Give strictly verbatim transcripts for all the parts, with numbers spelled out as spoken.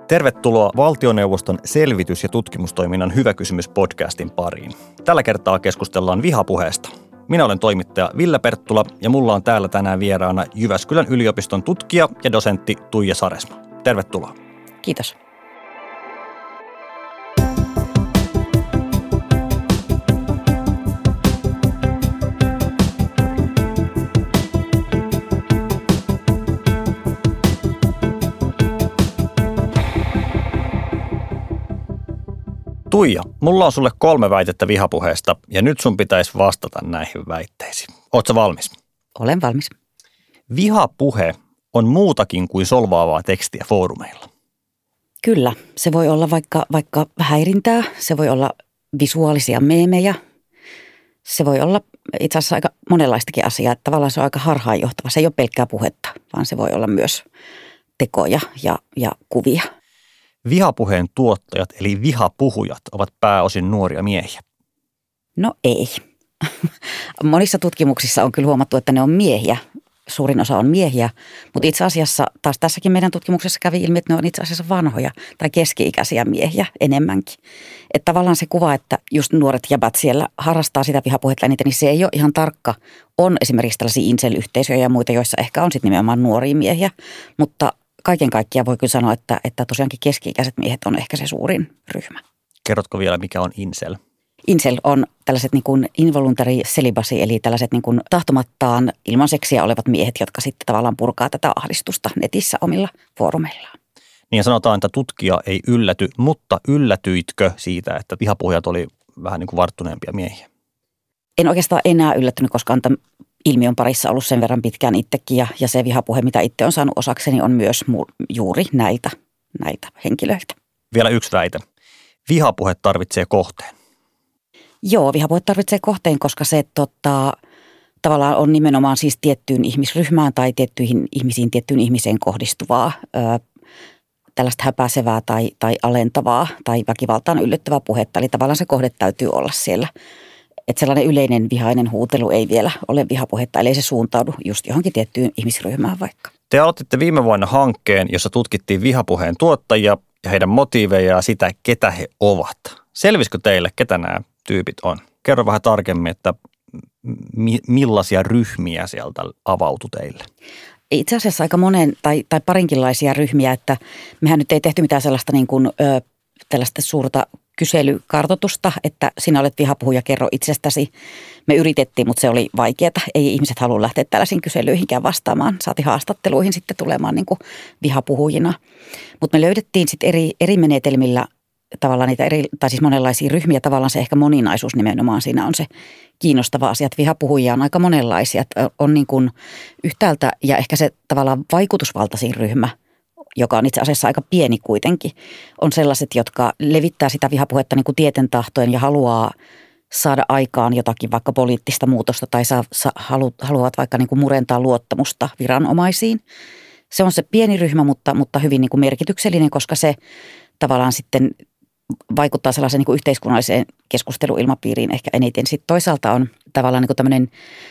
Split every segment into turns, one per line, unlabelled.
Tervetuloa valtioneuvoston selvitys- ja tutkimustoiminnan Hyvä kysymys podcastin pariin. Tällä kertaa keskustellaan vihapuheesta. Minä olen toimittaja Ville Perttula ja mulla on täällä tänään vieraana Jyväskylän yliopiston tutkija ja dosentti Tuija Saresma. Tervetuloa.
Kiitos.
Tuija, mulla on sulle kolme väitettä vihapuheesta ja nyt sun pitäisi vastata näihin väitteisiin. Ootko valmis?
Olen valmis.
Vihapuhe on muutakin kuin solvaavaa tekstiä foorumeilla.
Kyllä, se voi olla vaikka, vaikka häirintää, se voi olla visuaalisia meemejä, se voi olla itse asiassa aika monenlaistakin asiaa, että tavallaan se on aika harhaanjohtava. Se ei ole pelkkää puhetta, vaan se voi olla myös tekoja ja, ja kuvia.
Vihapuheen tuottajat eli vihapuhujat ovat pääosin nuoria miehiä.
No ei. Monissa tutkimuksissa on kyllä huomattu, että ne on miehiä. Suurin osa on miehiä, mutta itse asiassa taas tässäkin meidän tutkimuksessa kävi ilmi, että ne on itse asiassa vanhoja tai keski-ikäisiä miehiä enemmänkin. Että tavallaan se kuva, että just nuoret jäbät siellä harrastaa sitä vihapuhetta eniten, niin se ei ole ihan tarkka. On esimerkiksi tällaisia incel-yhteisöjä ja muita, joissa ehkä on sitten nimenomaan nuoria miehiä, mutta kaiken kaikkiaan voi kyllä sanoa, että, että tosiaankin keski-ikäiset miehet on ehkä se suurin ryhmä.
Kerrotko vielä, mikä on incel?
Incel on tällaiset niin kuin involuntary celibacy, eli tällaiset niin kuin tahtomattaan ilman seksiä olevat miehet, jotka sitten tavallaan purkaa tätä ahdistusta netissä omilla foorumeillaan.
Niin ja sanotaan, että tutkija ei ylläty, mutta yllätyitkö siitä, että vihapuhujat oli vähän niin kuin varttuneempia miehiä?
En oikeastaan enää yllättynyt, koska on tämän ilmiön parissa ollut sen verran pitkään itsekin ja, ja se vihapuhe, mitä itse on saanut osakseni, on myös mu- juuri näiltä, näiltä henkilöiltä.
Vielä yksi väite. Vihapuhe tarvitsee kohteen.
Joo, vihapuhe tarvitsee kohteen, koska se tota, tavallaan on nimenomaan siis tiettyyn ihmisryhmään tai tiettyihin ihmisiin, tiettyyn ihmiseen kohdistuvaa, ö, tällaista häpäisevää tai, tai alentavaa tai väkivaltaan yllyttävää puhetta. Eli tavallaan se kohde täytyy olla siellä. Että sellainen yleinen vihainen huutelu ei vielä ole vihapuhetta, eli se suuntaudu just johonkin tiettyyn ihmisryhmään vaikka.
Te aloititte viime vuonna hankkeen, jossa tutkittiin vihapuheen tuottajia ja heidän motiiveja ja sitä, ketä he ovat. Selvisikö teille, ketä nämä tyypit on? Kerro vähän tarkemmin, että mi- millaisia ryhmiä sieltä avautui teille?
Itse asiassa aika monen tai, tai parinkinlaisia ryhmiä, että mehän nyt ei tehty mitään sellaista niin kuin, ö, tällaista suurta kyselykartoitusta, että sinä olet vihapuhuja, kerro itsestäsi. Me yritettiin, mutta se oli vaikeaa. Ei ihmiset halua lähteä tällaisiin kyselyihinkään vastaamaan. Saati haastatteluihin sitten tulemaan niin kuin vihapuhujina. Mutta me löydettiin sitten eri, eri menetelmillä tavallaan niitä eri, tai siis monenlaisia ryhmiä. Tavallaan se ehkä moninaisuus nimenomaan siinä on se kiinnostava asia, että vihapuhujia on aika monenlaisia. Että on niin kuin yhtäältä ja ehkä se tavallaan vaikutusvaltaisin ryhmä, joka on itse asiassa aika pieni kuitenkin, on sellaiset, jotka levittää sitä vihapuhetta niin kuin tieten tahtoen ja haluaa saada aikaan jotakin vaikka poliittista muutosta tai saa, sa, halu, haluavat vaikka niin kuin murentaa luottamusta viranomaisiin. Se on se pieni ryhmä, mutta, mutta hyvin niin kuin merkityksellinen, koska se tavallaan sitten vaikuttaa sellaiseen niin kuin yhteiskunnalliseen keskusteluilmapiiriin ehkä eniten. Sitten toisaalta on tavallaan niin kuin tämmöinen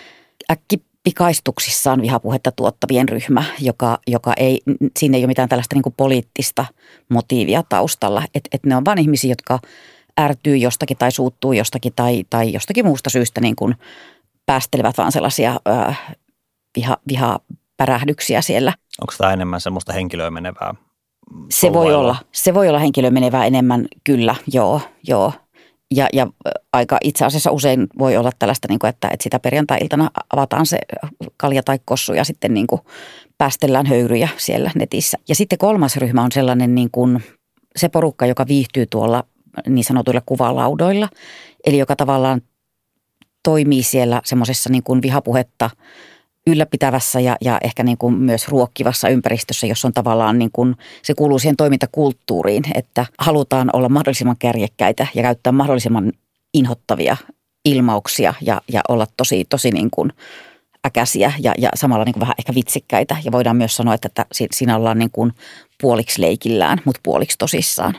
äkki pikaistuksissaan vihapuhetta tuottavien ryhmä, joka, joka ei, siinä ei ole mitään tällaista niin kuin poliittista motiivia taustalla. Että et ne on vain ihmisiä, jotka ärtyy jostakin tai suuttuu jostakin tai, tai jostakin muusta syystä niin kuin päästelevät vaan sellaisia äh, viha, vihapärähdyksiä siellä.
Onko tämä enemmän semmoista henkilöä menevää?
Se voi olla, se voi olla henkilöä menevää enemmän, kyllä, joo, joo. Ja, ja aika itse asiassa usein voi olla tällaista, niin kuin, että, että sitä perjantai-iltana avataan se kalja tai kossu ja sitten niin kuin päästellään höyryjä siellä netissä. Ja sitten kolmas ryhmä on sellainen niin kuin se porukka, joka viihtyy tuolla niin sanotuilla kuvalaudoilla. Eli joka tavallaan toimii siellä semmoisessa niin kuin vihapuhetta ylläpitävässä ja, ja ehkä niin kuin myös ruokkivassa ympäristössä, jossa on tavallaan niin kuin, se kuuluu siihen toimintakulttuuriin, että halutaan olla mahdollisimman kärjekkäitä ja käyttää mahdollisimman inhottavia ilmauksia ja, ja olla tosi, tosi niin kuin äkäisiä ja, ja samalla niin kuin vähän ehkä vitsikkäitä. Ja voidaan myös sanoa, että, että siinä ollaan niin kuin puoliksi leikillään, mutta puoliksi tosissaan.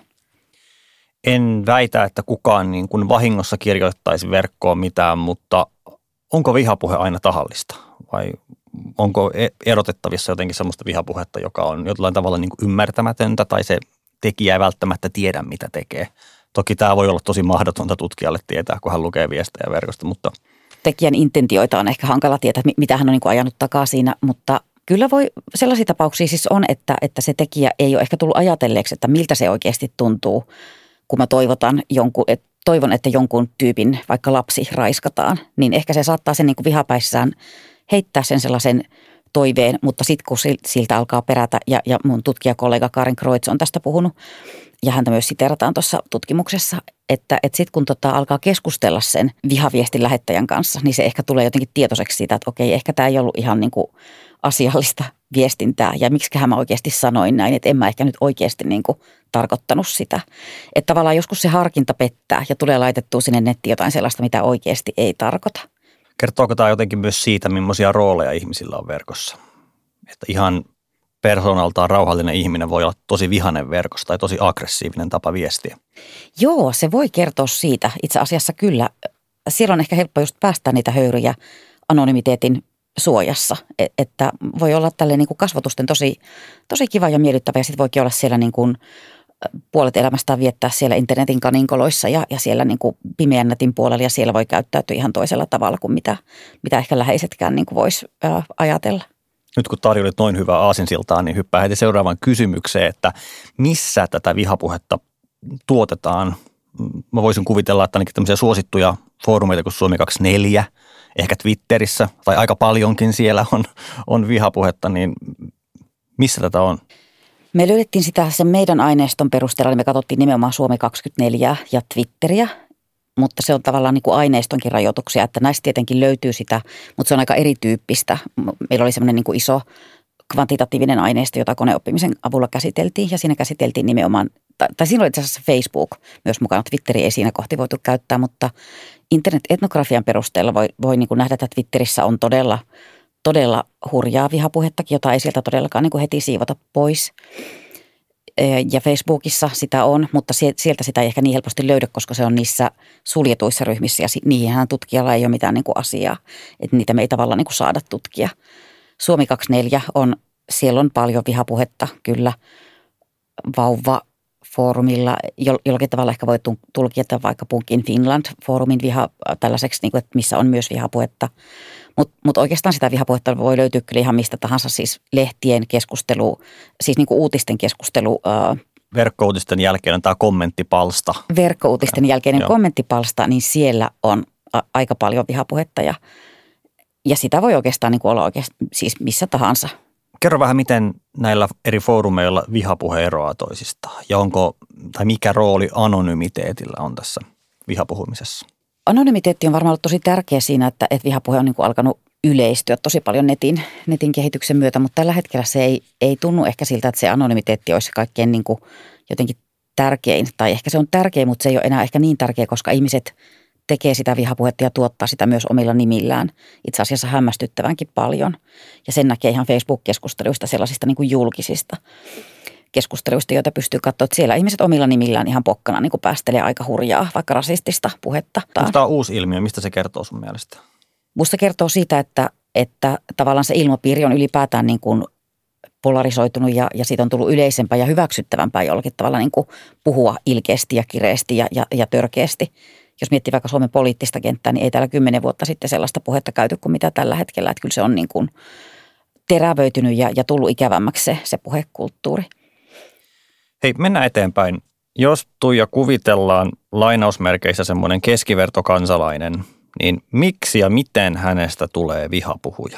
En väitä, että kukaan niin kuin vahingossa kirjoittaisi verkkoon mitään, mutta onko vihapuhe aina tahallista? Vai onko erotettavissa jotenkin sellaista vihapuhetta, joka on jollain tavalla niin kuin ymmärtämätöntä tai se tekijä ei välttämättä tiedä, mitä tekee. Toki tämä voi olla tosi mahdotonta tutkijalle tietää, kun hän lukee viestejä verkosta, mutta
tekijän intentioita on ehkä hankala tietää, mitä hän on niin kuin ajanut takaa siinä, mutta kyllä voi, sellaisia tapauksia siis on, että, että se tekijä ei ole ehkä tullut ajatelleeksi, että miltä se oikeasti tuntuu, kun mä toivotan jonkun, et, toivon, että jonkun tyypin vaikka lapsi raiskataan, niin ehkä se saattaa sen niin kuin vihapäissään heittää sen sellaisen toiveen, mutta sitten kun siltä alkaa perätä, ja, ja mun tutkijakollega Karin Kreutz on tästä puhunut, ja häntä myös siterataan tuossa tutkimuksessa, että, että sitten kun tota alkaa keskustella sen vihaviestin lähettäjän kanssa, niin se ehkä tulee jotenkin tietoiseksi siitä, että okei, ehkä tämä ei ollut ihan niin kuin asiallista viestintää, ja miksiköhän mä oikeasti sanoin näin, että en mä ehkä nyt oikeasti niin kuin tarkoittanut sitä. Että tavallaan joskus se harkinta pettää, ja tulee laitettua sinne nettiin jotain sellaista, mitä oikeasti ei tarkoita.
Kertooko tämä jotenkin myös siitä, millaisia rooleja ihmisillä on verkossa? Että ihan persoonaltaan rauhallinen ihminen voi olla tosi vihainen verkossa tai tosi aggressiivinen tapa viestiä.
Joo, se voi kertoa siitä. Itse asiassa kyllä. Siellä on ehkä helppo just päästä niitä höyryjä anonymiteetin suojassa. Että voi olla tälleen niin kuin kasvotusten tosi, tosi kiva ja miellyttävä ja sitten voikin olla siellä niin kuin puolet elämästään viettää siellä internetin kaninkoloissa ja, ja siellä niin kuin pimeän netin puolella ja siellä voi käyttäytyä ihan toisella tavalla kuin mitä, mitä ehkä läheisetkään niin kuin voisi ää, ajatella.
Nyt kun tarjoilit noin hyvää aasinsiltaa, niin hyppää heti seuraavaan kysymykseen, että missä tätä vihapuhetta tuotetaan? Mä voisin kuvitella, että ainakin tämmöisiä suosittuja foorumeita kuin Suomi kaksikymmentäneljä, ehkä Twitterissä tai aika paljonkin siellä on, on vihapuhetta, niin missä tätä on?
Me löydettiin sitä sen meidän aineiston perusteella, niin me katsottiin nimenomaan Suomi kaksikymmentäneljä ja Twitteriä, mutta se on tavallaan niin kuin aineistonkin rajoituksia, että näistä tietenkin löytyy sitä, mutta se on aika erityyppistä. Meillä oli semmoinen niin kuin iso kvantitatiivinen aineisto, jota koneoppimisen avulla käsiteltiin ja siinä käsiteltiin nimenomaan, tai, tai siinä oli itse asiassa Facebook myös mukana, Twitteri ei siinä kohti voitu käyttää, mutta internet-etnografian perusteella voi, voi niin kuin nähdä, että Twitterissä on todella todella hurjaa vihapuhettakin, jota ei sieltä todellakaan niin kuin heti siivota pois. Ja Facebookissa sitä on, mutta sieltä sitä ei ehkä niin helposti löydä, koska se on niissä suljetuissa ryhmissä ja niihinhän tutkijalla ei ole mitään niin kuin asiaa, että niitä me ei tavallaan niin kuin saada tutkia. Suomi kaksikymmentäneljä on, siellä on paljon vihapuhetta kyllä vauva-foorumilla, jollakin tavalla ehkä voi tulkita vaikka Punk in Finland-foorumin viha tällaiseksi, niin kuin, että missä on myös vihapuhetta. Mutta mut oikeastaan sitä vihapuhetta voi löytyä kyllä ihan mistä tahansa, siis lehtien keskustelu, siis niinku uutisten keskustelu. Ää,
Verkkouutisten jälkeen on tämä kommenttipalsta.
Verkkouutisten jälkeinen
Joo.
kommenttipalsta, niin siellä on a, aika paljon vihapuhetta ja, ja sitä voi oikeastaan niinku olla oikeasti, siis missä tahansa.
Kerro vähän, miten näillä eri foorumeilla vihapuhe eroaa toisistaan ja onko, tai mikä rooli anonymiteetillä on tässä vihapuhumisessa?
Anonymiteetti on varmaan ollut tosi tärkeä siinä, että, että vihapuhe on niin kuin alkanut yleistyä tosi paljon netin, netin kehityksen myötä, mutta tällä hetkellä se ei, ei tunnu ehkä siltä, että se anonymiteetti olisi kaikkein niin kuin jotenkin tärkein. Tai ehkä se on tärkeä, mutta se ei ole enää ehkä niin tärkeä, koska ihmiset tekee sitä vihapuhetta ja tuottaa sitä myös omilla nimillään. Itse asiassa hämmästyttävänkin paljon. Ja sen näkee ihan Facebook-keskusteluista, sellaisista niin kuin julkisista keskusteluista, joita pystyy katsoa, että siellä ihmiset omilla nimillään ihan pokkana niin kuin päästelee aika hurjaa, vaikka rasistista puhetta.
Onko tämä uusi ilmiö? Mistä se kertoo sun mielestä?
Musta kertoo siitä, että, että tavallaan se ilmapiiri on ylipäätään niin kuin polarisoitunut ja, ja siitä on tullut yleisempää ja hyväksyttävämpää jollakin tavalla niin kuin puhua ilkeästi ja kireesti ja, ja, ja törkeästi. Jos miettii vaikka Suomen poliittista kenttää, niin ei täällä kymmenen vuotta sitten sellaista puhetta käyty kuin mitä tällä hetkellä. Että kyllä se on niin kuin terävöitynyt ja, ja tullut ikävämmäksi se, se puhekulttuuri.
Hei, mennään eteenpäin. Jos Tuija kuvitellaan lainausmerkeissä semmoinen keskivertokansalainen, niin miksi ja miten hänestä tulee vihapuhuja?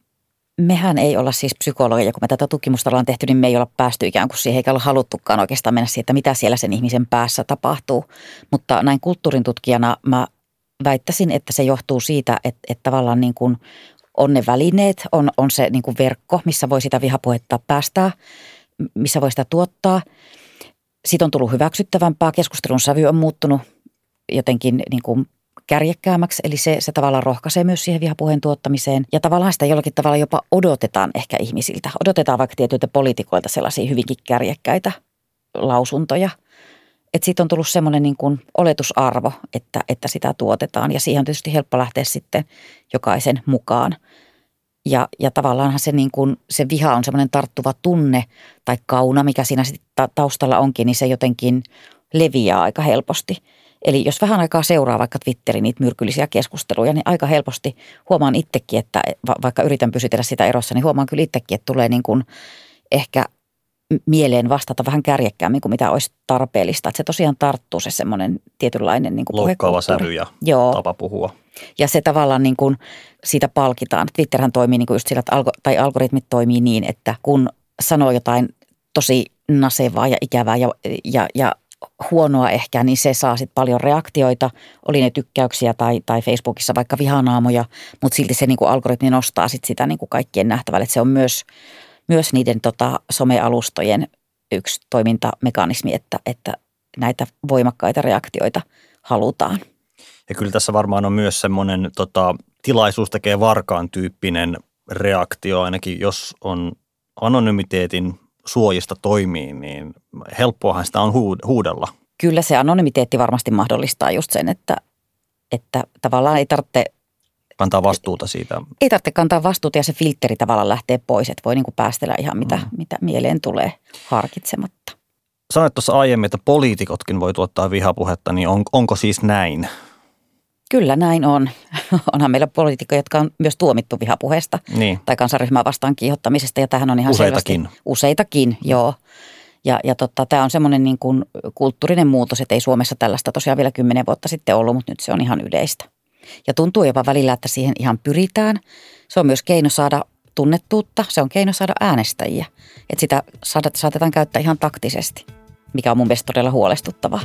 Mehän ei olla siis psykologeja, kun me tätä tutkimusta ollaan tehty, niin me ei olla päästy ikään kuin siihen, eikä olla haluttukaan oikeastaan mennä siihen, että mitä siellä sen ihmisen päässä tapahtuu. Mutta näin kulttuurin tutkijana mä väittäisin, että se johtuu siitä, että, että tavallaan niin kuin on ne välineet, on, on se niin kuin verkko, missä voi sitä vihapuhetta päästää, missä voi sitä tuottaa. Siitä on tullut hyväksyttävämpää, keskustelun sävy on muuttunut jotenkin niin kuin kärjekkäämmäksi, eli se, se tavallaan rohkaisee myös siihen vihapuheen tuottamiseen. Ja tavallaan sitä jollakin tavalla jopa odotetaan ehkä ihmisiltä. Odotetaan vaikka tietyiltä poliitikoilta sellaisia hyvinkin kärjekkäitä lausuntoja. Että siitä on tullut semmoinen niin kuin oletusarvo, että, että sitä tuotetaan ja siihen on tietysti helppo lähteä sitten jokaisen mukaan. Ja, ja tavallaanhan se, niin kuin, se viha on semmoinen tarttuva tunne tai kauna, mikä siinä sit taustalla onkin, niin se jotenkin leviää aika helposti. Eli jos vähän aikaa seuraa vaikka Twitterin niitä myrkyllisiä keskusteluja, niin aika helposti huomaan itsekin, että vaikka yritän pysytellä sitä erossa, niin huomaan kyllä itsekin, että tulee niin kuin ehkä mieleen vastata vähän kärjekkäämmin kuin mitä olisi tarpeellista. Että se tosiaan tarttuu se semmoinen tietynlainen niin kuin
loukkaava sävy ja
Joo.
tapa puhua.
Ja se tavallaan niin kuin siitä palkitaan. Twitterhän toimii niin kuin just sillä, että algo, tai algoritmit toimii niin, että kun sanoo jotain tosi nasevaa ja ikävää ja, ja, ja huonoa ehkä, niin se saa sitten paljon reaktioita. Oli ne tykkäyksiä tai, tai Facebookissa vaikka vihanaamoja, mutta silti se niin kuin algoritmi nostaa sit sitä niin kuin kaikkien nähtävälle. Että se on myös, myös niiden tota, somealustojen yksi toimintamekanismi, että, että näitä voimakkaita reaktioita halutaan.
Ja kyllä tässä varmaan on myös semmoinen tota, tilaisuus tekee varkaan tyyppinen reaktio, ainakin jos on anonymiteetin suojista toimii, niin helppoahan sitä on huudella.
Kyllä se anonymiteetti varmasti mahdollistaa just sen, että, että tavallaan ei tarvitse
kantaa vastuuta siitä.
Ei tarvitse kantaa vastuuta ja se filtteri tavallaan lähtee pois, että voi niin kuin päästellä ihan mitä, mm. mitä mieleen tulee harkitsematta.
Sanoit tuossa aiemmin, että poliitikotkin voi tuottaa vihapuhetta, niin on, onko siis näin?
Kyllä näin on. Onhan meillä poliitikkoja, jotka on myös tuomittu vihapuheesta
niin.
tai kansanryhmää vastaan kiihottamisesta ja tämähän on ihan
useitakin.
selvästi. Useitakin, joo. Ja, ja totta, tämä on semmoinen niin kuin kulttuurinen muutos, että ei Suomessa tällaista tosiaan vielä kymmenen vuotta sitten ollut, mutta nyt se on ihan yleistä. Ja tuntuu jopa välillä, että siihen ihan pyritään. Se on myös keino saada tunnettuutta, se on keino saada äänestäjiä. Että sitä saatetaan käyttää ihan taktisesti, mikä on mun mielestä todella huolestuttavaa.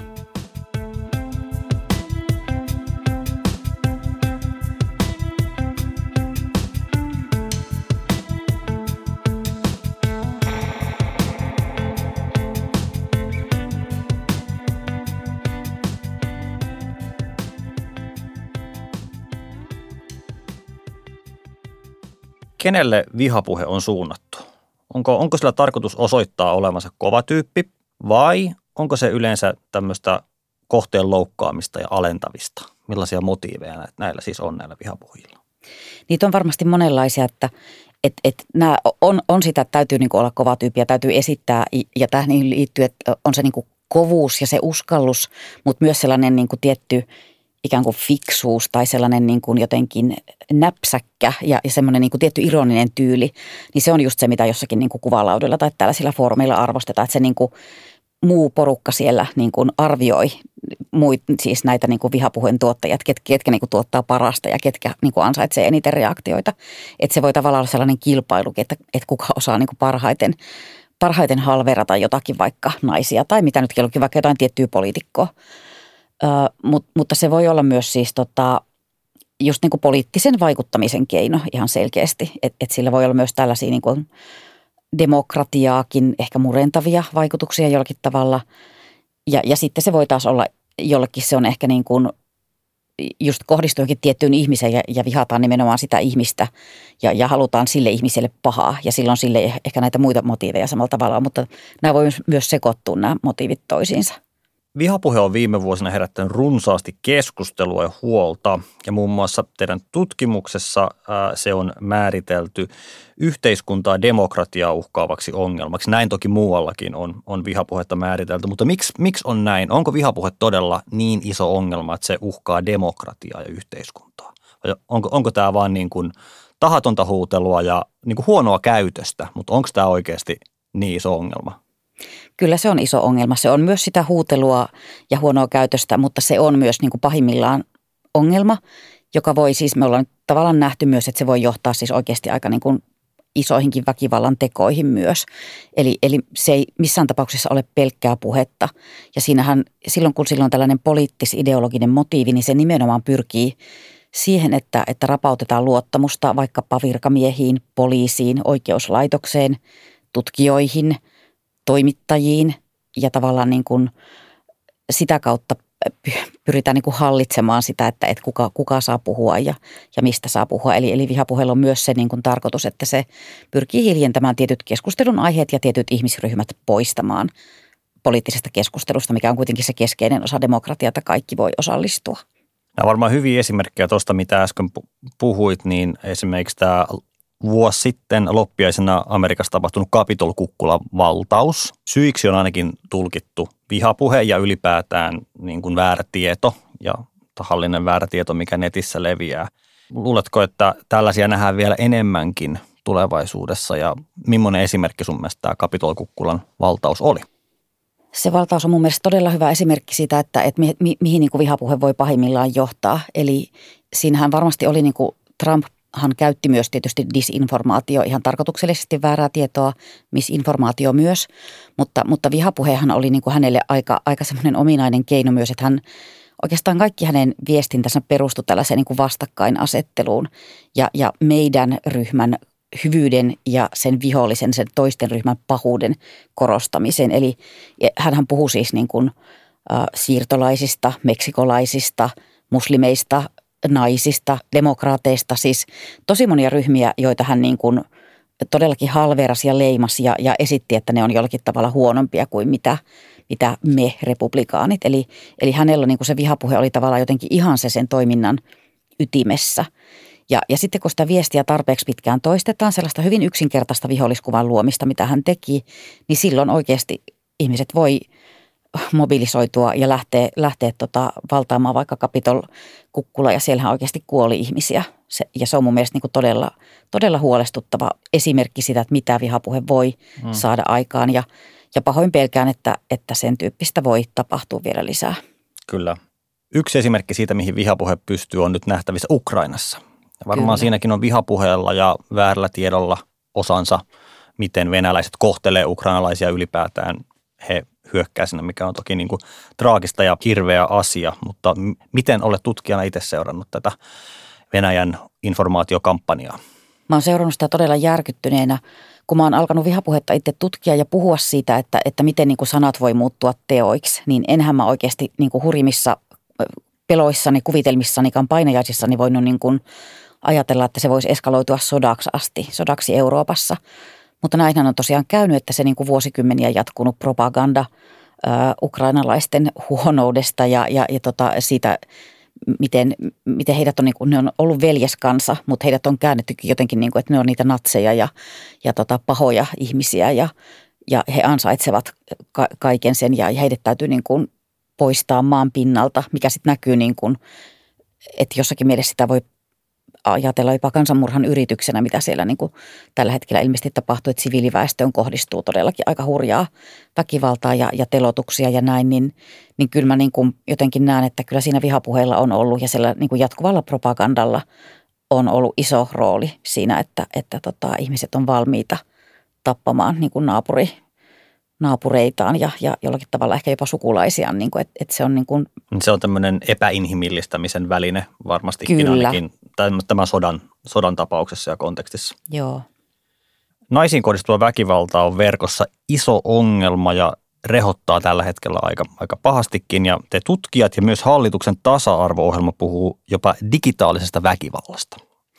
Kenelle vihapuhe on suunnattu? Onko, onko sillä tarkoitus osoittaa olevansa kova tyyppi vai onko se yleensä tämmöistä kohteen loukkaamista ja alentavista? Millaisia motiiveja näillä siis on näillä vihapuhujilla?
Niitä on varmasti monenlaisia, että et, et nämä on, on sitä, että täytyy niinku olla kova tyyppi ja täytyy esittää ja tähän liittyy, että on se niinku kovuus ja se uskallus, mutta myös sellainen niinku tietty ikään kuin fiksuus tai sellainen niin kuin jotenkin näpsäkkä ja, ja semmoinen niin kuin tietty ironinen tyyli, niin se on just se, mitä jossakin niin kuin kuvalaudella tai tällaisilla foorumeilla arvostetaan, että se niin kuin muu porukka siellä niin kuin arvioi muit, siis näitä niin kuin vihapuheen tuottajat, ketkä, ketkä niin kuin tuottaa parasta ja ketkä niin kuin ansaitsee eniten reaktioita. Että se voi tavallaan olla sellainen kilpailu, että, että kuka osaa niin kuin parhaiten, parhaiten halverata jotakin vaikka naisia tai mitä nyt kellokin, vaikka jotain tiettyä poliitikkoa. Uh, mut, mutta se voi olla myös siis tota, just niin kuin poliittisen vaikuttamisen keino ihan selkeästi, että et sillä voi olla myös tällaisia niin kuin demokratiaakin ehkä murentavia vaikutuksia jollakin tavalla ja, ja sitten se voi taas olla jollekin se on ehkä niin kuin just kohdistuu johonkin tiettyyn ihmiseen ja, ja vihataan nimenomaan sitä ihmistä ja, ja halutaan sille ihmiselle pahaa ja silloin sille ehkä näitä muita motiiveja samalla tavalla, mutta nämä voi myös sekoittua nämä motiivit toisiinsa.
Vihapuhe on viime vuosina herättänyt runsaasti keskustelua ja huolta ja muun muassa teidän tutkimuksessa ää, se on määritelty yhteiskuntaa demokratiaa uhkaavaksi ongelmaksi. Näin toki muuallakin on, on vihapuhetta määritelty, mutta miksi, miksi on näin? Onko vihapuhe todella niin iso ongelma, että se uhkaa demokratiaa ja yhteiskuntaa? Vai onko, onko tämä vaan niin kuin tahatonta huutelua ja niin kuin huonoa käytöstä, mutta onko tämä oikeasti niin iso ongelma?
Kyllä se on iso ongelma. Se on myös sitä huutelua ja huonoa käytöstä, mutta se on myös niin kuin pahimmillaan ongelma, joka voi siis, me ollaan tavallaan nähty myös, että se voi johtaa siis oikeasti aika niin kuin isoihinkin väkivallan tekoihin myös. Eli, eli se ei missään tapauksessa ole pelkkää puhetta. Ja siinähän silloin, kun sillä on tällainen poliittis-ideologinen motiivi, niin se nimenomaan pyrkii siihen, että, että rapautetaan luottamusta vaikkapa virkamiehiin, poliisiin, oikeuslaitokseen, tutkijoihin, toimittajiin ja tavallaan niin kuin sitä kautta pyritään niin kuin hallitsemaan sitä, että, että kuka, kuka saa puhua ja, ja mistä saa puhua. Eli, eli vihapuheella on myös se niin kuin tarkoitus, että se pyrkii hiljentämään tietyt keskustelun aiheet ja tietyt ihmisryhmät poistamaan poliittisesta keskustelusta, mikä on kuitenkin se keskeinen osa demokratiaa, että kaikki voi osallistua.
Nämä on varmaan hyviä esimerkkejä tuosta, mitä äsken puhuit, niin esimerkiksi tämä vuosi sitten loppiaisena Amerikassa tapahtunut Capitol-kukkulan valtaus. Syiksi on ainakin tulkittu vihapuhe ja ylipäätään niin kuin väärä tieto ja tahallinen väärä tieto, mikä netissä leviää. Luuletko, että tällaisia nähdään vielä enemmänkin tulevaisuudessa ja millainen esimerkki sun mielestä tämä Capitol-kukkulan valtaus oli?
Se valtaus on mun mielestä todella hyvä esimerkki siitä, että, että mi, mi, mihin niin kuin vihapuhe voi pahimmillaan johtaa. Eli siinähän varmasti oli niin kuin Trumphan käytti myös tietysti disinformaatio, ihan tarkoituksellisesti väärää tietoa, misinformaatio myös, mutta, mutta vihapuhehan oli niin kuin hänelle aika, aika semmoinen ominainen keino myös, että hän oikeastaan kaikki hänen viestintänsä perustui tällaiseen niin kuin vastakkainasetteluun ja, ja meidän ryhmän hyvyyden ja sen vihollisen, sen toisten ryhmän pahuuden korostamiseen. Eli hänhän puhui siis niin kuin, äh, siirtolaisista, meksikolaisista, muslimeista, naisista, demokraateista, siis tosi monia ryhmiä, joita hän niin kuin todellakin halverasi ja leimasi ja, ja esitti, että ne on jollakin tavalla huonompia kuin mitä, mitä me republikaanit. Eli, eli hänellä niin kuin se vihapuhe oli tavallaan jotenkin ihan se sen toiminnan ytimessä. Ja, ja sitten kun sitä viestiä tarpeeksi pitkään toistetaan, sellaista hyvin yksinkertaista viholliskuvan luomista, mitä hän teki, niin silloin oikeasti ihmiset voi mobilisoitua ja lähteä, lähteä tota, valtaamaan vaikka Capitol-kukkula ja siellähän oikeasti kuoli ihmisiä. Se, ja se on mun mielestä niin kuin todella, todella huolestuttava esimerkki sitä, että mitä vihapuhe voi hmm. saada aikaan ja, ja pahoin pelkään, että, että sen tyyppistä voi tapahtua vielä lisää.
Kyllä. Yksi esimerkki siitä, mihin vihapuhe pystyy, on nyt nähtävissä Ukrainassa. Ja varmaan Kyllä. siinäkin on vihapuheella ja väärällä tiedolla osansa, miten venäläiset kohtelee ukrainalaisia ylipäätään. He hyökkää sinne, mikä on toki niin kuin traagista ja hirveä asia, mutta m- miten olet tutkijana itse seurannut tätä Venäjän informaatiokampanjaa?
Mä oon seurannut sitä todella järkyttyneenä, kun mä oon alkanut vihapuhetta itse tutkia ja puhua siitä, että, että miten niin kuin sanat voi muuttua teoiksi, niin enhän mä oikeasti niin kuin hurimissa peloissani, kuvitelmissanikaan, painajaisissani voinut niin kuin ajatella, että se voisi eskaloitua sodaksi asti, sodaksi Euroopassa. Mutta näinhän on tosiaan käynyt, että se niin kuin vuosikymmeniä jatkunut propaganda ää, ukrainalaisten huonoudesta ja, ja, ja tota, siitä, miten, miten heidät on, niin kuin, ne on ollut veljeskansa, mutta heidät on käännettykin jotenkin, niin kuin, että ne on niitä natseja ja, ja tota, pahoja ihmisiä ja, ja he ansaitsevat ka- kaiken sen ja heidät täytyy niin kuin poistaa maan pinnalta, mikä sitten näkyy niin kuin, että jossakin mielessä sitä voi ajatella jopa kansanmurhan yrityksenä, mitä siellä niin kuin tällä hetkellä ilmeisesti tapahtuu, että siviiliväestöön kohdistuu todellakin aika hurjaa väkivaltaa ja, ja telotuksia ja näin, niin, niin kyllä mä niin kuin jotenkin näen, että kyllä siinä vihapuheella on ollut ja sillä niin kuin jatkuvalla propagandalla on ollut iso rooli siinä, että, että tota, ihmiset on valmiita tappamaan niin kuin naapuri, naapureitaan ja, ja jollakin tavalla ehkä jopa sukulaisiaan, niin kuin, että, että se on niin kuin
se on tämmöinen epäinhimillistämisen väline varmastikin
Kyllä.
ainakin tämän sodan, sodan tapauksessa ja kontekstissa.
Joo.
Naisiin kohdistuva väkivalta on verkossa iso ongelma ja rehottaa tällä hetkellä aika, aika pahastikin. Ja te tutkijat ja myös hallituksen tasa-arvo-ohjelma puhuu jopa digitaalisesta väkivallasta.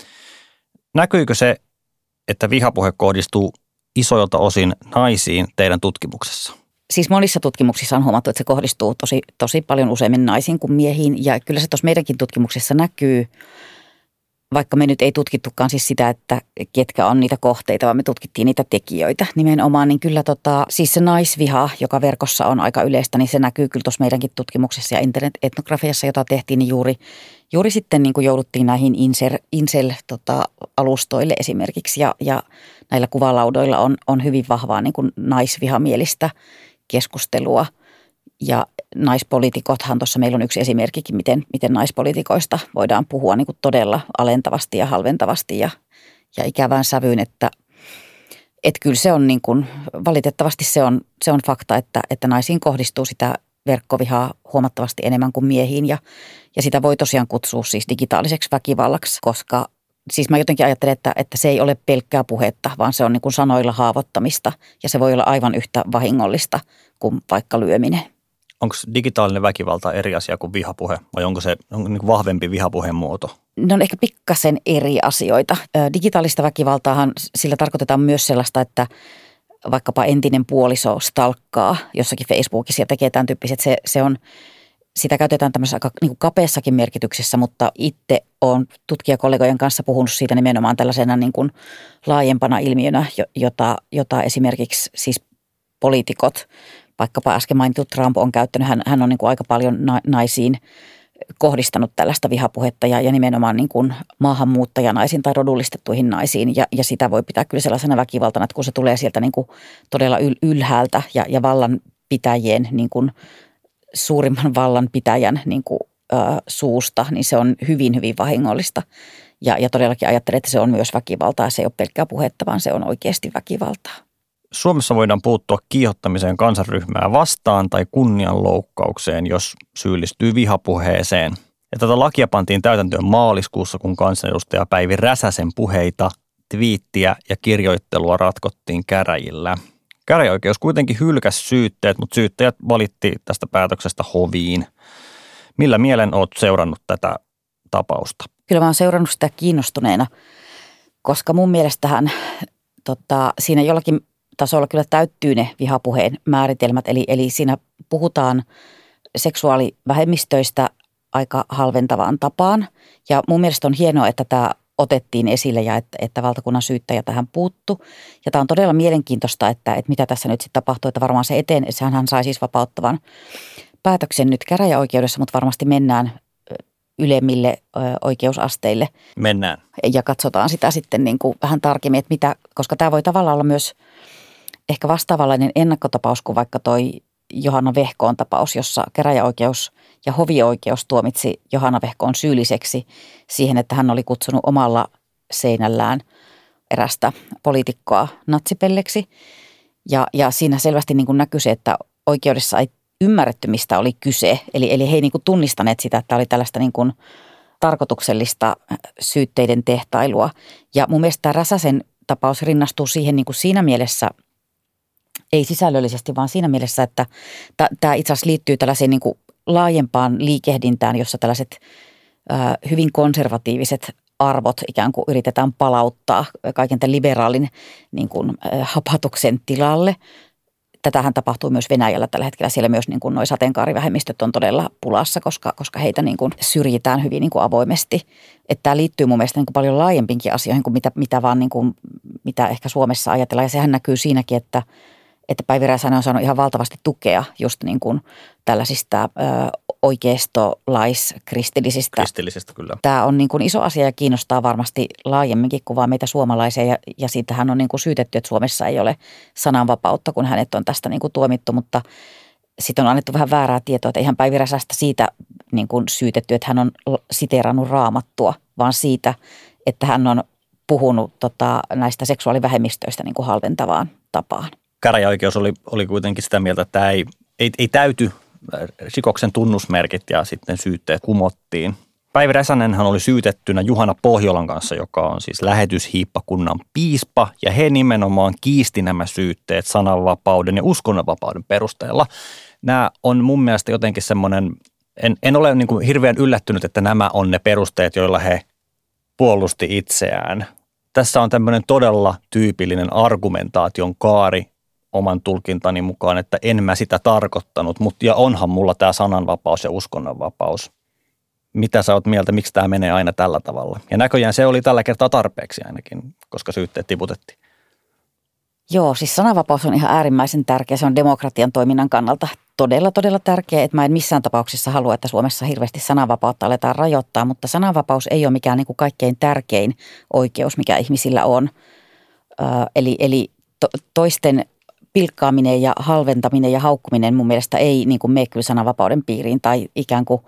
Näkyykö se, että vihapuhe kohdistuu isoilta osin naisiin teidän tutkimuksessa?
Siis monissa tutkimuksissa on huomattu, että se kohdistuu tosi, tosi paljon useimmin naisiin kuin miehiin. Ja kyllä se tuossa meidänkin tutkimuksessa näkyy, vaikka me nyt ei tutkittukaan siis sitä, että ketkä on niitä kohteita, vaan me tutkittiin niitä tekijöitä nimenomaan. Niin kyllä tota, siis se naisviha, joka verkossa on aika yleistä, niin se näkyy kyllä tuossa meidänkin tutkimuksessa ja internet-etnografiassa, jota tehtiin, niin juuri, juuri sitten niin kuin jouduttiin näihin incel-alustoille tota, esimerkiksi. Ja, ja näillä kuvalaudoilla on, on hyvin vahvaa niin kuin naisvihamielistä keskustelua ja naispoliitikothan tuossa meillä on yksi esimerkkikin, miten, miten naispoliitikoista voidaan puhua niin kuin todella alentavasti ja halventavasti ja, ja ikävään sävyyn, että et kyllä se on niin kuin, valitettavasti se on, se on fakta, että, että naisiin kohdistuu sitä verkkovihaa huomattavasti enemmän kuin miehiin ja, ja sitä voi tosiaan kutsua siis digitaaliseksi väkivallaksi, koska siis mä jotenkin ajattelen, että, että se ei ole pelkkää puhetta, vaan se on niin kuin sanoilla haavoittamista ja se voi olla aivan yhtä vahingollista kuin vaikka lyöminen.
Onko digitaalinen väkivalta eri asia kuin vihapuhe vai onko se onko niin kuin vahvempi vihapuheen muoto?
Ne on ehkä pikkasen eri asioita. Digitaalista väkivaltaahan sillä tarkoitetaan myös sellaista, että vaikkapa entinen puoliso stalkkaa jossakin Facebookissa ja tekee tämän tyyppiset. Se, se on sitä käytetään tämmöisessä aika niin kuin kapeassakin merkityksessä, mutta itse olen tutkijakollegojen kanssa puhunut siitä nimenomaan tällaisena niin kuin laajempana ilmiönä, jota, jota esimerkiksi siis poliitikot, vaikkapa äsken mainittu Trump on käyttänyt, hän, hän on niin kuin aika paljon naisiin kohdistanut tällaista vihapuhetta ja, ja nimenomaan niin kuin maahanmuuttajanaisiin tai rodullistettuihin naisiin. Ja, ja sitä voi pitää kyllä sellaisena väkivaltana, että kun se tulee sieltä niin kuin todella yl, ylhäältä ja, ja vallanpitäjien, niin kuin suurimman vallanpitäjän niin kuin, ä, suusta, niin se on hyvin, hyvin vahingollista. Ja, ja todellakin ajattelen, että se on myös väkivaltaa. Se ei ole pelkkää puhetta, vaan se on oikeasti väkivaltaa.
Suomessa voidaan puuttua kiihottamiseen kansanryhmää vastaan tai kunnianloukkaukseen, jos syyllistyy vihapuheeseen. Ja tätä lakia pantiin täytäntöön maaliskuussa, kun kansanedustaja Päivi Räsäsen puheita, twiittiä ja kirjoittelua ratkottiin käräjillä. Käräjäoikeus kuitenkin hylkäsi syytteet, mutta syyttäjät valitti tästä päätöksestä hoviin. Millä mielen olet seurannut tätä tapausta?
Kyllä mä oon seurannut sitä kiinnostuneena, koska mun mielestähän tota, siinä jollakin tasolla kyllä täyttyy ne vihapuheen määritelmät. Eli, eli siinä puhutaan seksuaalivähemmistöistä aika halventavaan tapaan. Ja mun mielestä on hienoa, että tämä otettiin esille ja että, että valtakunnan syyttäjä tähän puuttu. Ja tämä on todella mielenkiintoista, että, että mitä tässä nyt sitten tapahtuu, että varmaan se eteen, sehän hän sai siis vapauttavan päätöksen nyt käräjäoikeudessa, mutta varmasti mennään ylemmille ö, oikeusasteille.
Mennään.
Ja katsotaan sitä sitten niin kuin vähän tarkemmin, että mitä, koska tämä voi tavallaan olla myös ehkä vastaavanlainen ennakkotapaus kuin vaikka toi Johanna Vehkoon tapaus, jossa käräjäoikeus ja hovioikeus tuomitsi Johanna Vehkoon syylliseksi siihen, että hän oli kutsunut omalla seinällään erästä poliitikkoa natsipelleksi. Ja, ja siinä selvästi niin kuin näkyi se, että oikeudessa ei ymmärretty, mistä oli kyse. Eli, eli he ei niin kuin tunnistaneet sitä, että oli tällaista niin kuin tarkoituksellista syytteiden tehtailua. Ja mun mielestä tämä Räsäsen tapaus rinnastuu siihen niin kuin siinä mielessä, ei sisällöllisesti, vaan siinä mielessä, että tämä itse asiassa liittyy tällaiseen niin kuin laajempaan liikehdintään, jossa tällaiset ää, hyvin konservatiiviset arvot ikään kuin yritetään palauttaa kaiken tämän liberaalin niin kuin, ää, hapatuksen tilalle. Tätähän tapahtuu myös Venäjällä tällä hetkellä. Siellä myös niin kuin nuo sateenkaarivähemmistöt on todella pulassa, koska, koska heitä niin kuin syrjitään hyvin niin kuin avoimesti. Että tämä liittyy mun mielestä niin kuin paljon laajempinkin asioihin kuin mitä, mitä, vaan niin kuin, mitä ehkä Suomessa ajatellaan. Ja sehän näkyy siinäkin, että että Päivi Räsänen on saanut ihan valtavasti tukea just niin kuin tällaisista ö, oikeistolais-kristillisistä.
Kristillisistä kyllä.
Tämä on niin kuin iso asia ja kiinnostaa varmasti laajemminkin kuin vaan meitä suomalaisia ja, ja siitähän on niin kuin syytetty, että Suomessa ei ole sananvapautta, kun hänet on tästä niin kuin tuomittu, mutta sitten on annettu vähän väärää tietoa, että eihän Päivi Räsästä siitä niin kuin syytetty, että hän on siteerannut Raamattua, vaan siitä, että hän on puhunut tota, näistä seksuaalivähemmistöistä niin kuin halventavaan tapaan.
Käräjäoikeus oli, oli kuitenkin sitä mieltä, että tämä ei, ei, ei täyty rikoksen tunnusmerkit ja sitten syytteet kumottiin. Päivi Räsänenhän oli syytettynä Juhana Pohjolan kanssa, joka on siis lähetyshiippakunnan piispa, ja he nimenomaan kiisti nämä syytteet sananvapauden ja uskonnonvapauden perusteella. Nämä on mun mielestä jotenkin semmoinen, en, en ole niin kuin hirveän yllättynyt, että nämä on ne perusteet, joilla he puolusti itseään. Tässä on tämmöinen todella tyypillinen argumentaation kaari oman tulkintani mukaan, että en mä sitä tarkoittanut, mutta ja onhan mulla tämä sananvapaus ja uskonnonvapaus. Mitä sä oot mieltä, miksi tämä menee aina tällä tavalla? Ja näköjään se oli tällä kertaa tarpeeksi ainakin, koska syytteet tiputettiin.
Joo, siis sananvapaus on ihan äärimmäisen tärkeä. Se on demokratian toiminnan kannalta todella, todella tärkeä. Että mä en missään tapauksessa halua, että Suomessa hirveästi sananvapautta aletaan rajoittaa, mutta sananvapaus ei ole mikään niin kuin kaikkein tärkein oikeus, mikä ihmisillä on. Ö, eli eli to, toisten pilkkaaminen ja halventaminen ja haukkuminen mun mielestä ei niin kuin mene kyllä sananvapauden piiriin tai ikään kuin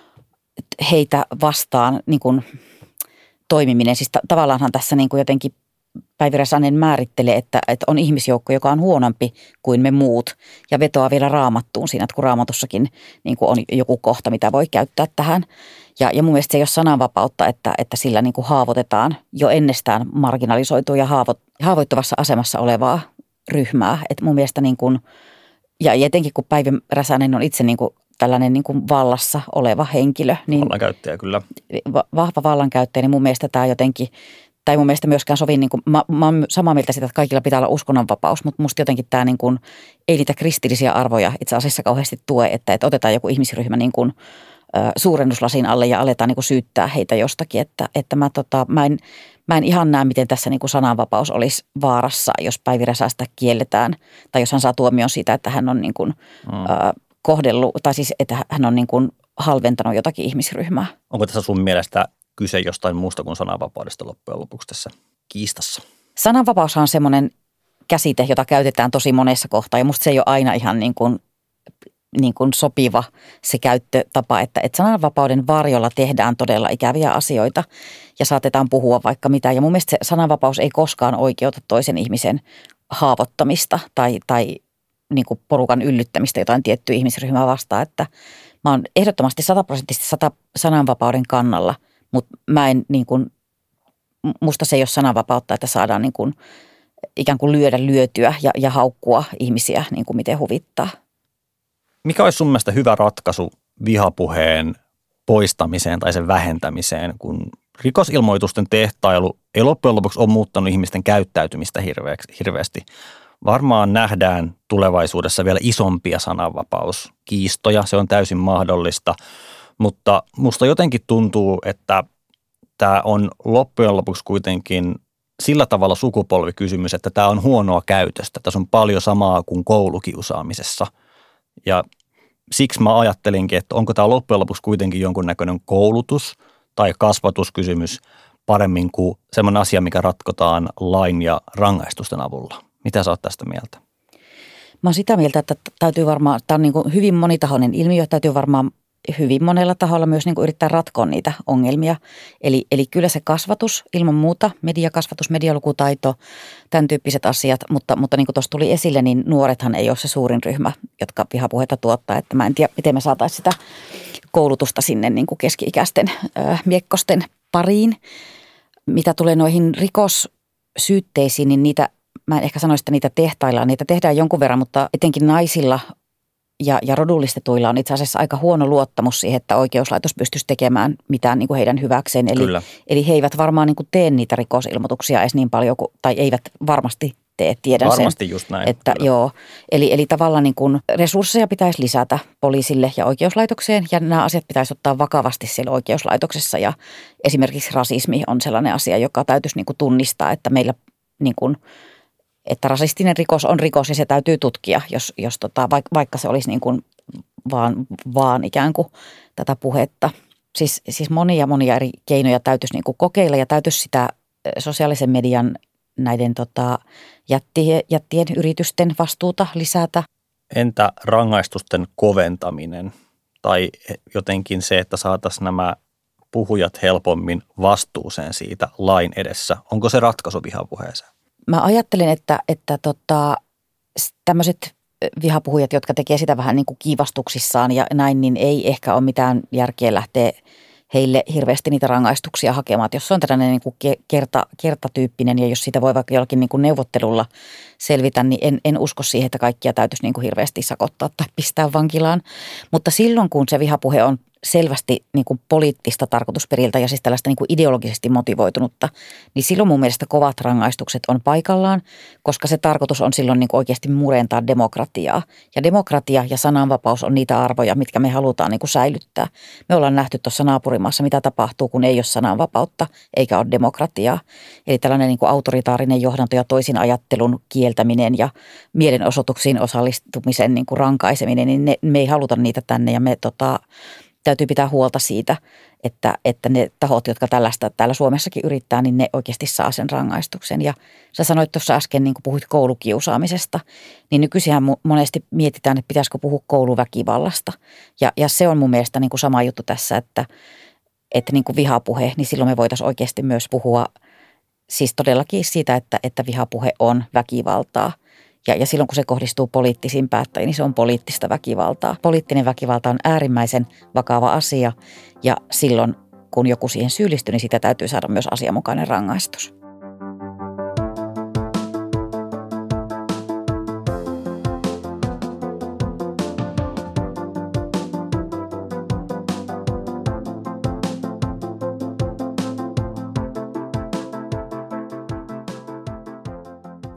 heitä vastaan niin kuin toimiminen. Siis ta- tavallaanhan tässä niin kuin jotenkin Päivi Räsänen määrittelee, että, että on ihmisjoukko, joka on huonompi kuin me muut ja vetoaa vielä Raamattuun siinä, että kun Raamatussakin niin kuin on joku kohta, mitä voi käyttää tähän. Ja, ja mun mielestä se ei ole sananvapautta, että, että sillä niin kuin haavoitetaan jo ennestään marginalisoitua ja haavo, haavoittuvassa asemassa olevaa ryhmää. Että mun mielestä niin kuin, ja etenkin kun Päivi Räsänen on itse niin kuin tällainen niin kuin vallassa oleva henkilö. Niin
vallankäyttäjä kyllä.
Va- vahva vallankäyttäjä, niin mun mielestä tämä jotenkin tämä ei mun mielestä myöskään sovi, niin kuin, mä, mä oon samaa mieltä siitä, että kaikilla pitää olla uskonnonvapaus, mutta musta jotenkin tämä niin kuin, ei niitä kristillisiä arvoja itse asiassa kauheasti tue, että, että otetaan joku ihmisryhmä niin kuin, ä, suurennuslasin alle ja aletaan niin kuin syyttää heitä jostakin, että, että mä, tota, mä, en, mä en ihan näe, miten tässä niin kuin sananvapaus olisi vaarassa, jos Päivi Räsästä kielletään tai jos hän saa tuomion siitä, että hän on niin kuin, mm. ä, kohdellut, tai siis että hän on niin kuin halventanut jotakin ihmisryhmää.
Onko tässä sun mielestä kyse jostain muusta kuin sananvapaudesta loppujen lopuksi tässä kiistassa?
Sananvapaus on semmoinen käsite, jota käytetään tosi monessa kohtaa ja musta se ei ole aina ihan niin kuin, niin kuin sopiva se käyttötapa, että, että sananvapauden varjolla tehdään todella ikäviä asioita ja saatetaan puhua vaikka mitä. Ja mun mielestä se sananvapaus ei koskaan oikeuta toisen ihmisen haavoittamista tai, tai niin kuin porukan yllyttämistä jotain tiettyä ihmisryhmää vastaan, että mä oon ehdottomasti sataprosenttisesti sata sananvapauden kannalla, mutta mä en niin kuin, musta se ei ole sananvapautta, että saadaan niin kuin ikään kuin lyödä lyötyä ja, ja haukkua ihmisiä niin kuin miten huvittaa.
Mikä olisi sun mielestä hyvä ratkaisu vihapuheen poistamiseen tai sen vähentämiseen, kun rikosilmoitusten tehtailu ei loppujen lopuksi ole muuttanut ihmisten käyttäytymistä hirveästi? Varmaan nähdään tulevaisuudessa vielä isompia sananvapauskiistoja, se on täysin mahdollista, mutta musta jotenkin tuntuu, että tämä on loppujen lopuksi kuitenkin sillä tavalla sukupolvikysymys, että tämä on huonoa käytöstä. Tässä on paljon samaa kuin koulukiusaamisessa ja siksi mä ajattelinkin, että onko tämä loppujen lopuksi kuitenkin jonkunnäköinen koulutus tai kasvatuskysymys paremmin kuin semmoinen asia, mikä ratkotaan lain ja rangaistusten avulla. Mitä sä oot tästä mieltä?
Mä oon sitä mieltä, että täytyy varmaan, tämä on niin kuin hyvin monitahoinen ilmiö, täytyy varmaan hyvin monella taholla myös niin kuin yrittää ratkoa niitä ongelmia. Eli, eli kyllä se kasvatus ilman muuta, mediakasvatus, medialukutaito, tämän tyyppiset asiat, mutta, mutta niin kuin tuossa tuli esille, niin nuorethan ei ole se suurin ryhmä, jotka vihapuheita tuottaa. Että mä en tiedä, miten me saataisiin sitä koulutusta sinne niin kuin keski-ikäisten äh, miekkosten pariin. Mitä tulee noihin rikossyytteisiin, niin niitä mä en ehkä sanoisi, että niitä tehtaillaan. Niitä tehdään jonkun verran, mutta etenkin naisilla ja, ja rodullistetuilla on itse asiassa aika huono luottamus siihen, että oikeuslaitos pystyisi tekemään mitään niin kuin heidän hyväkseen. Eli, eli he eivät varmaan niin kuin tee niitä rikosilmoituksia edes niin paljon, kuin, tai eivät varmasti tee, tiedän
varmasti
sen.
Just näin.
Että joo, eli, eli tavallaan niin kuin resursseja pitäisi lisätä poliisille ja oikeuslaitokseen, ja nämä asiat pitäisi ottaa vakavasti siellä oikeuslaitoksessa. Ja esimerkiksi rasismi on sellainen asia, joka täytyisi niin kuin tunnistaa, että meillä niin kuin että rasistinen rikos on rikos ja se täytyy tutkia, jos, jos tota, vaikka se olisi niin kuin vaan, vaan ikään kuin tätä puhetta. Siis, siis monia monia eri keinoja täytyisi niin kuin kokeilla ja täytyisi sitä sosiaalisen median näiden tota, jättien, jättien yritysten vastuuta lisätä.
Entä rangaistusten koventaminen tai jotenkin se, että saataisiin nämä puhujat helpommin vastuuseen siitä lain edessä? Onko se ratkaisu vihapuheeseen?
Mä ajattelen, että, että tota, tämmöiset vihapuhujat, jotka tekee sitä vähän niin kuin kiivastuksissaan ja näin, niin ei ehkä ole mitään järkeä lähteä heille hirveästi niitä rangaistuksia hakemaan. Että jos se on tällainen niin kuin kerta, kertatyyppinen ja jos siitä voi vaikka jollakin niin kuin neuvottelulla selvitä, niin en, en usko siihen, että kaikkia täytyisi niin kuin hirveästi sakottaa tai pistää vankilaan. Mutta silloin, kun se vihapuhe on selvästi niin kuin poliittista tarkoitusperiltä ja siis tällaista niin kuin ideologisesti motivoitunutta, niin silloin mun mielestä kovat rangaistukset on paikallaan, koska se tarkoitus on silloin niin kuin oikeasti murentaa demokratiaa. Ja demokratia ja sananvapaus on niitä arvoja, mitkä me halutaan niin kuin säilyttää. Me ollaan nähty tuossa naapurimaassa, mitä tapahtuu, kun ei ole sananvapautta eikä ole demokratiaa. Eli tällainen niin kuin autoritaarinen johdanto ja toisin ajattelun kieltäminen ja mielenosoituksiin osallistumisen niin kuin rankaiseminen, niin ne, me ei haluta niitä tänne ja me tota, täytyy pitää huolta siitä, että, että ne tahot, jotka tällaista täällä Suomessakin yrittää, niin ne oikeasti saa sen rangaistuksen. Ja sä sanoit tuossa äsken, niin kun puhuit koulukiusaamisesta, niin nykyisinhän monesti mietitään, että pitäisikö puhua kouluväkivallasta. Ja, ja se on mun mielestä niin kuin sama juttu tässä, että, että niin kuin vihapuhe, niin silloin me voitaisiin oikeasti myös puhua siis todellakin siitä, että, että vihapuhe on väkivaltaa. Ja, ja silloin, kun se kohdistuu poliittisiin päättäjiin, niin se on poliittista väkivaltaa. Poliittinen väkivalta on äärimmäisen vakava asia ja silloin, kun joku siihen syyllistyy, niin sitä täytyy saada myös asianmukainen rangaistus.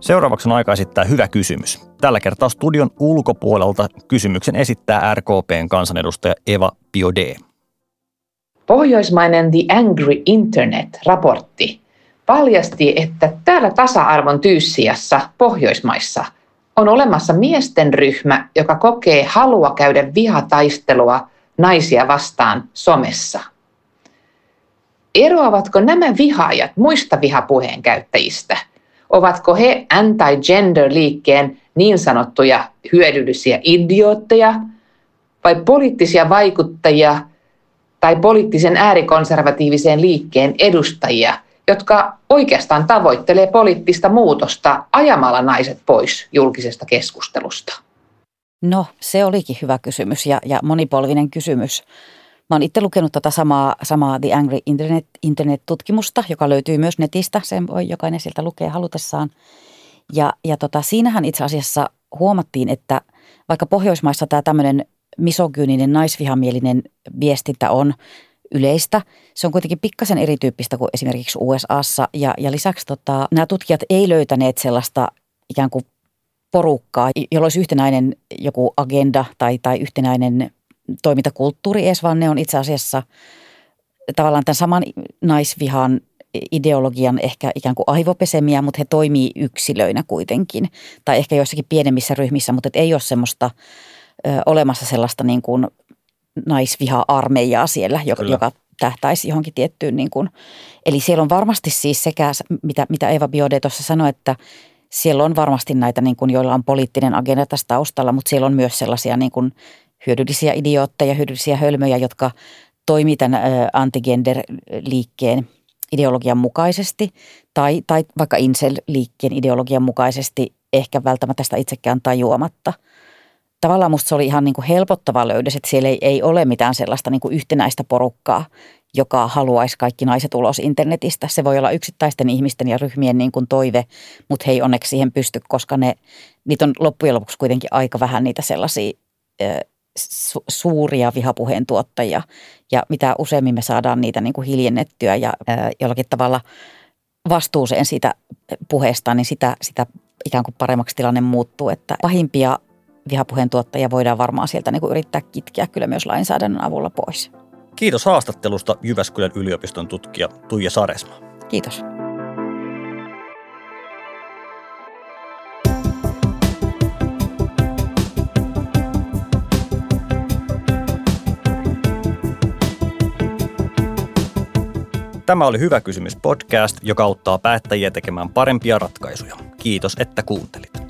Seuraavaksi on aika esittää hyvä kysymys. Tällä kertaa studion ulkopuolelta kysymyksen esittää R K P:n kansanedustaja Eva Biaudet.
Pohjoismainen The Angry Internet-raportti paljasti, että täällä tasa-arvon tyyssijassa Pohjoismaissa on olemassa miesten ryhmä, joka kokee halua käydä vihataistelua naisia vastaan somessa. Eroavatko nämä vihaajat muista vihapuheen käyttäjistä? Ovatko he anti-gender-liikkeen niin sanottuja hyödyllisiä idiootteja vai poliittisia vaikuttajia tai poliittisen äärikonservatiivisen liikkeen edustajia, jotka oikeastaan tavoittelee poliittista muutosta ajamalla naiset pois julkisesta keskustelusta?
No, se olikin hyvä kysymys ja, ja monipolvinen kysymys. Mä oon itse lukenut tota samaa, samaa The Angry Internet, Internet-tutkimusta, joka löytyy myös netistä. Sen voi jokainen sieltä lukea halutessaan. Ja, ja tota, siinähän itse asiassa huomattiin, että vaikka Pohjoismaissa tämä tämmöinen misogyyninen, naisvihamielinen viestintä on yleistä, se on kuitenkin pikkasen erityyppistä kuin esimerkiksi U S A:ssa. Ja, ja lisäksi tota, nämä tutkijat ei löytäneet sellaista ikään kuin porukkaa, jolla olisi yhtenäinen joku agenda tai, tai yhtenäinen toimintakulttuuri edes, vaan ne on itse asiassa tavallaan tämän saman naisvihan ideologian ehkä ikään kuin aivopesemiä, mutta he toimii yksilöinä kuitenkin. Tai ehkä joissakin pienemmissä ryhmissä, mutta ei ole semmoista ö, olemassa sellaista niin kuin naisviha-armeijaa siellä, joka, joka tähtäisi johonkin tiettyyn. Niin kuin. Eli siellä on varmasti siis sekä, mitä, mitä Eva Biaudet tuossa sanoi, että siellä on varmasti näitä, niin kuin, joilla on poliittinen agenda tässä taustalla, mutta siellä on myös sellaisia niin kuin hyödyllisiä idiootteja, hyödyllisiä hölmöjä, jotka toimii tämän anti-gender-liikkeen ideologian mukaisesti tai, tai vaikka incel-liikkeen ideologian mukaisesti, ehkä välttämättä sitä itsekään tajuamatta. Tavallaan musta se oli ihan niin kuin helpottava löydös, että siellä ei, ei ole mitään sellaista niin kuin yhtenäistä porukkaa, joka haluaisi kaikki naiset ulos internetistä. Se voi olla yksittäisten ihmisten ja ryhmien niin kuin toive, mutta he ei onneksi siihen pysty, koska ne, niitä on loppujen lopuksi kuitenkin aika vähän niitä sellaisia Su- suuria vihapuheen tuottajia ja mitä useammin me saadaan niitä niin kuin hiljennettyä ja ää, jollakin tavalla vastuuseen siitä puheesta, niin sitä, sitä ikään kuin paremmaksi tilanne muuttuu, että pahimpia vihapuheen tuottajia voidaan varmaan sieltä niin kuin yrittää kitkeä kyllä myös lainsäädännön avulla pois.
Kiitos haastattelusta Jyväskylän yliopiston tutkija Tuija Saresma.
Kiitos.
Tämä oli Hyvä kysymys podcast, joka auttaa päättäjiä tekemään parempia ratkaisuja. Kiitos, että kuuntelit.